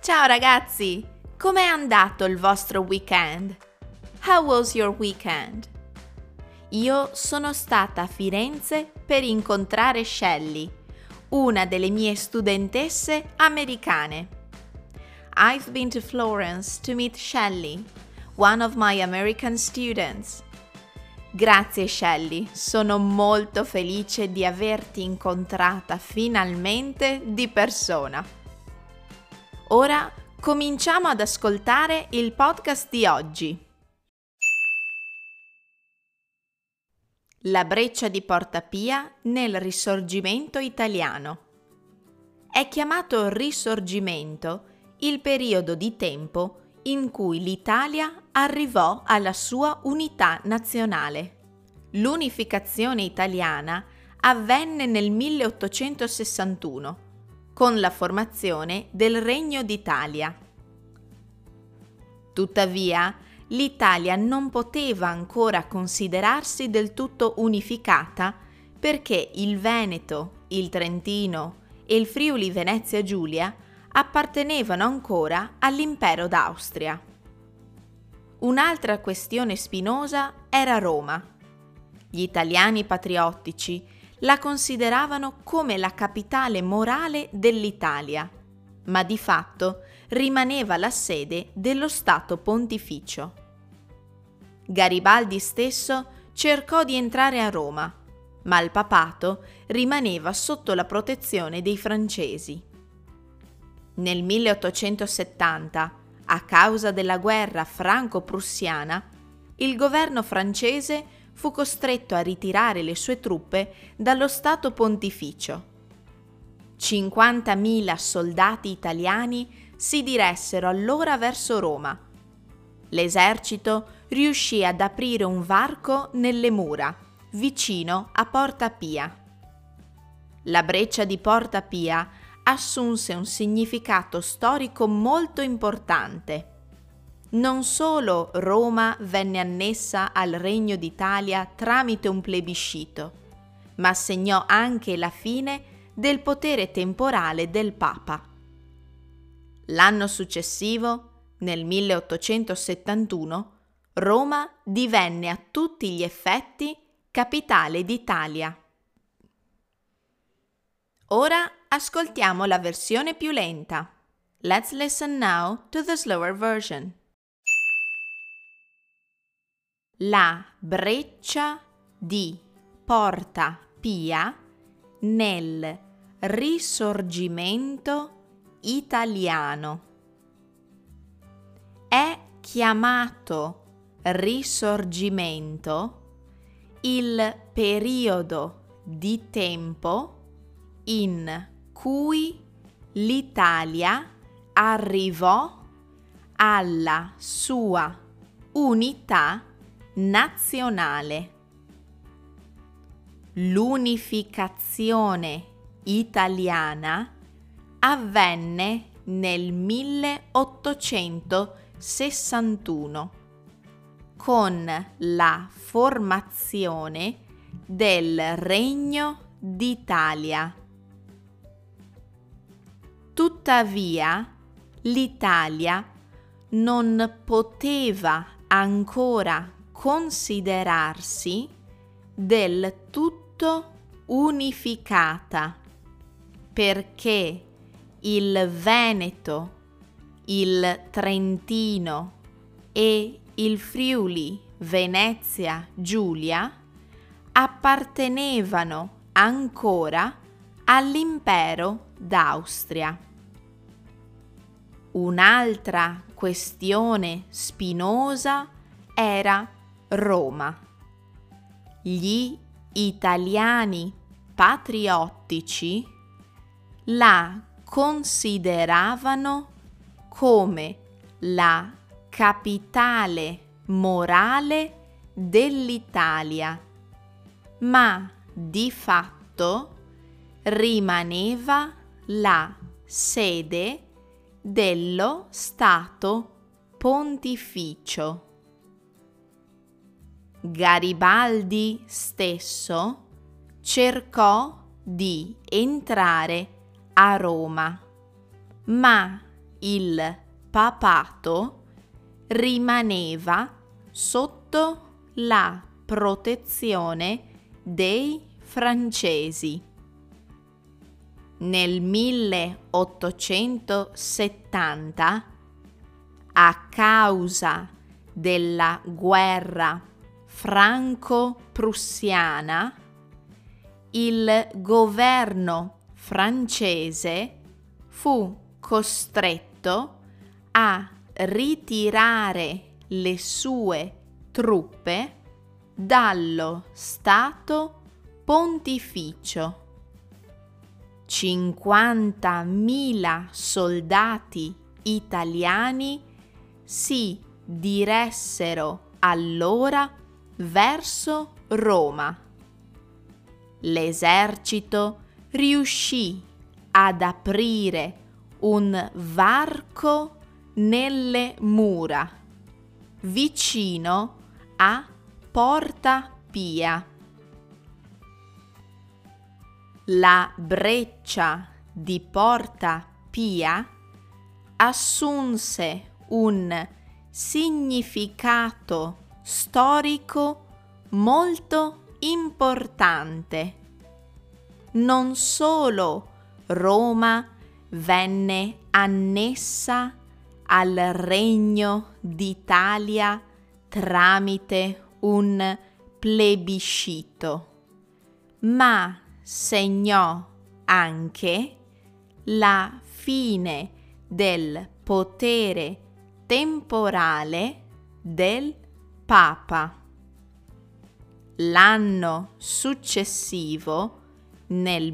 Ciao ragazzi! Com'è andato il vostro weekend? How was your weekend? Io sono stata a Firenze per incontrare Shelley, una delle mie studentesse americane. I've been to Florence to meet Shelley, one of my American students. Grazie Shelley, sono molto felice di averti incontrata finalmente di persona. Ora cominciamo ad ascoltare il podcast di oggi. La breccia di Porta Pia nel Risorgimento italiano. È chiamato Risorgimento il periodo di tempo in cui l'Italia arrivò alla sua unità nazionale. L'unificazione italiana avvenne nel 1861 con la formazione del Regno d'Italia. Tuttavia, l'Italia non poteva ancora considerarsi del tutto unificata perché il Veneto, il Trentino e il Friuli Venezia Giulia appartenevano ancora all'impero d'Austria. Un'altra questione spinosa era Roma. Gli italiani patriottici la consideravano come la capitale morale dell'Italia, ma di fatto rimaneva la sede dello Stato Pontificio. Garibaldi stesso cercò di entrare a Roma, ma il papato rimaneva sotto la protezione dei francesi. Nel 1870, a causa della guerra franco-prussiana, il governo francese fu costretto a ritirare le sue truppe dallo Stato Pontificio. 50.000 soldati italiani si diressero allora verso Roma. L'esercito riuscì ad aprire un varco nelle mura, vicino a Porta Pia. La breccia di Porta Pia assunse un significato storico molto importante. Non solo Roma venne annessa al Regno d'Italia tramite un plebiscito, ma segnò anche la fine del potere temporale del Papa. L'anno successivo, nel 1871, Roma divenne a tutti gli effetti capitale d'Italia. Ora ascoltiamo la versione più lenta. Let's listen now to the slower version. La breccia di Porta Pia nel Risorgimento italiano. È chiamato Risorgimento il periodo di tempo in cui l'Italia arrivò alla sua unità nazionale. L'unificazione italiana avvenne nel 1861 con la formazione del Regno d'Italia. Tuttavia, l'Italia non poteva ancora considerarsi del tutto unificata perché il Veneto, il Trentino e il Friuli Venezia Giulia appartenevano ancora all'impero d'Austria. Un'altra questione spinosa era Roma. Gli italiani patriottici la consideravano come la capitale morale dell'Italia, ma di fatto rimaneva la sede dello Stato Pontificio. Garibaldi stesso cercò di entrare a Roma, ma il papato rimaneva sotto la protezione dei francesi. Nel 1870, a causa della guerra franco-prussiana, il governo francese fu costretto a ritirare le sue truppe dallo Stato Pontificio. 50.000 soldati italiani si diressero allora verso Roma. L'esercito riuscì ad aprire un varco nelle mura vicino a Porta Pia. La breccia di Porta Pia assunse un significato storico molto importante. Non solo Roma venne annessa al Regno d'Italia tramite un plebiscito, ma segnò anche la fine del potere temporale del Papa. L'anno successivo, nel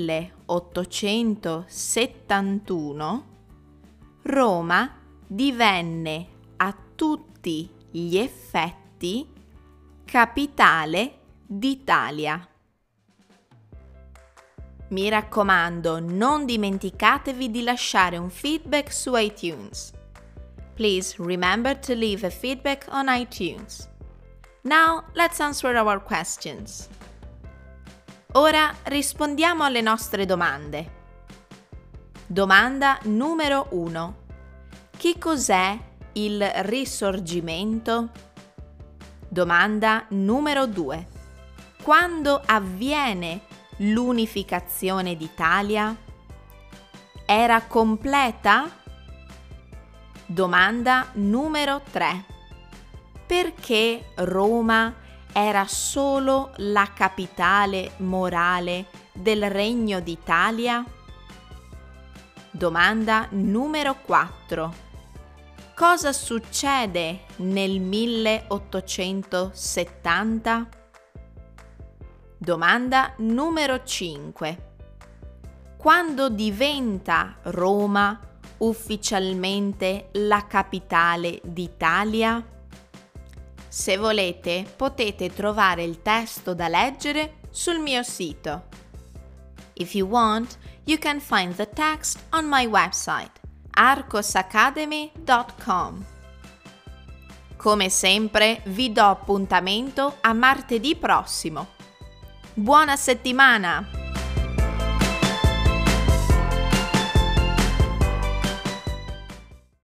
1871, Roma divenne a tutti gli effetti capitale d'Italia. Mi raccomando, non dimenticatevi di lasciare un feedback su iTunes. Please remember to leave a feedback on iTunes. Now let's answer our questions. Ora rispondiamo alle nostre domande. Domanda numero 1. Che cos'è il Risorgimento? Domanda numero 2. Quando avviene l'unificazione d'Italia? Era completa? Domanda numero 3. Perché Roma era solo la capitale morale del Regno d'Italia? Domanda numero 4. Cosa succede nel 1870? Domanda numero 5. Quando diventa Roma ufficialmente la capitale d'Italia? Se volete, potete trovare il testo da leggere sul mio sito. If you want, you can find the text on my website, arcosacademy.com. Come sempre, vi do appuntamento a martedì prossimo. Buona settimana!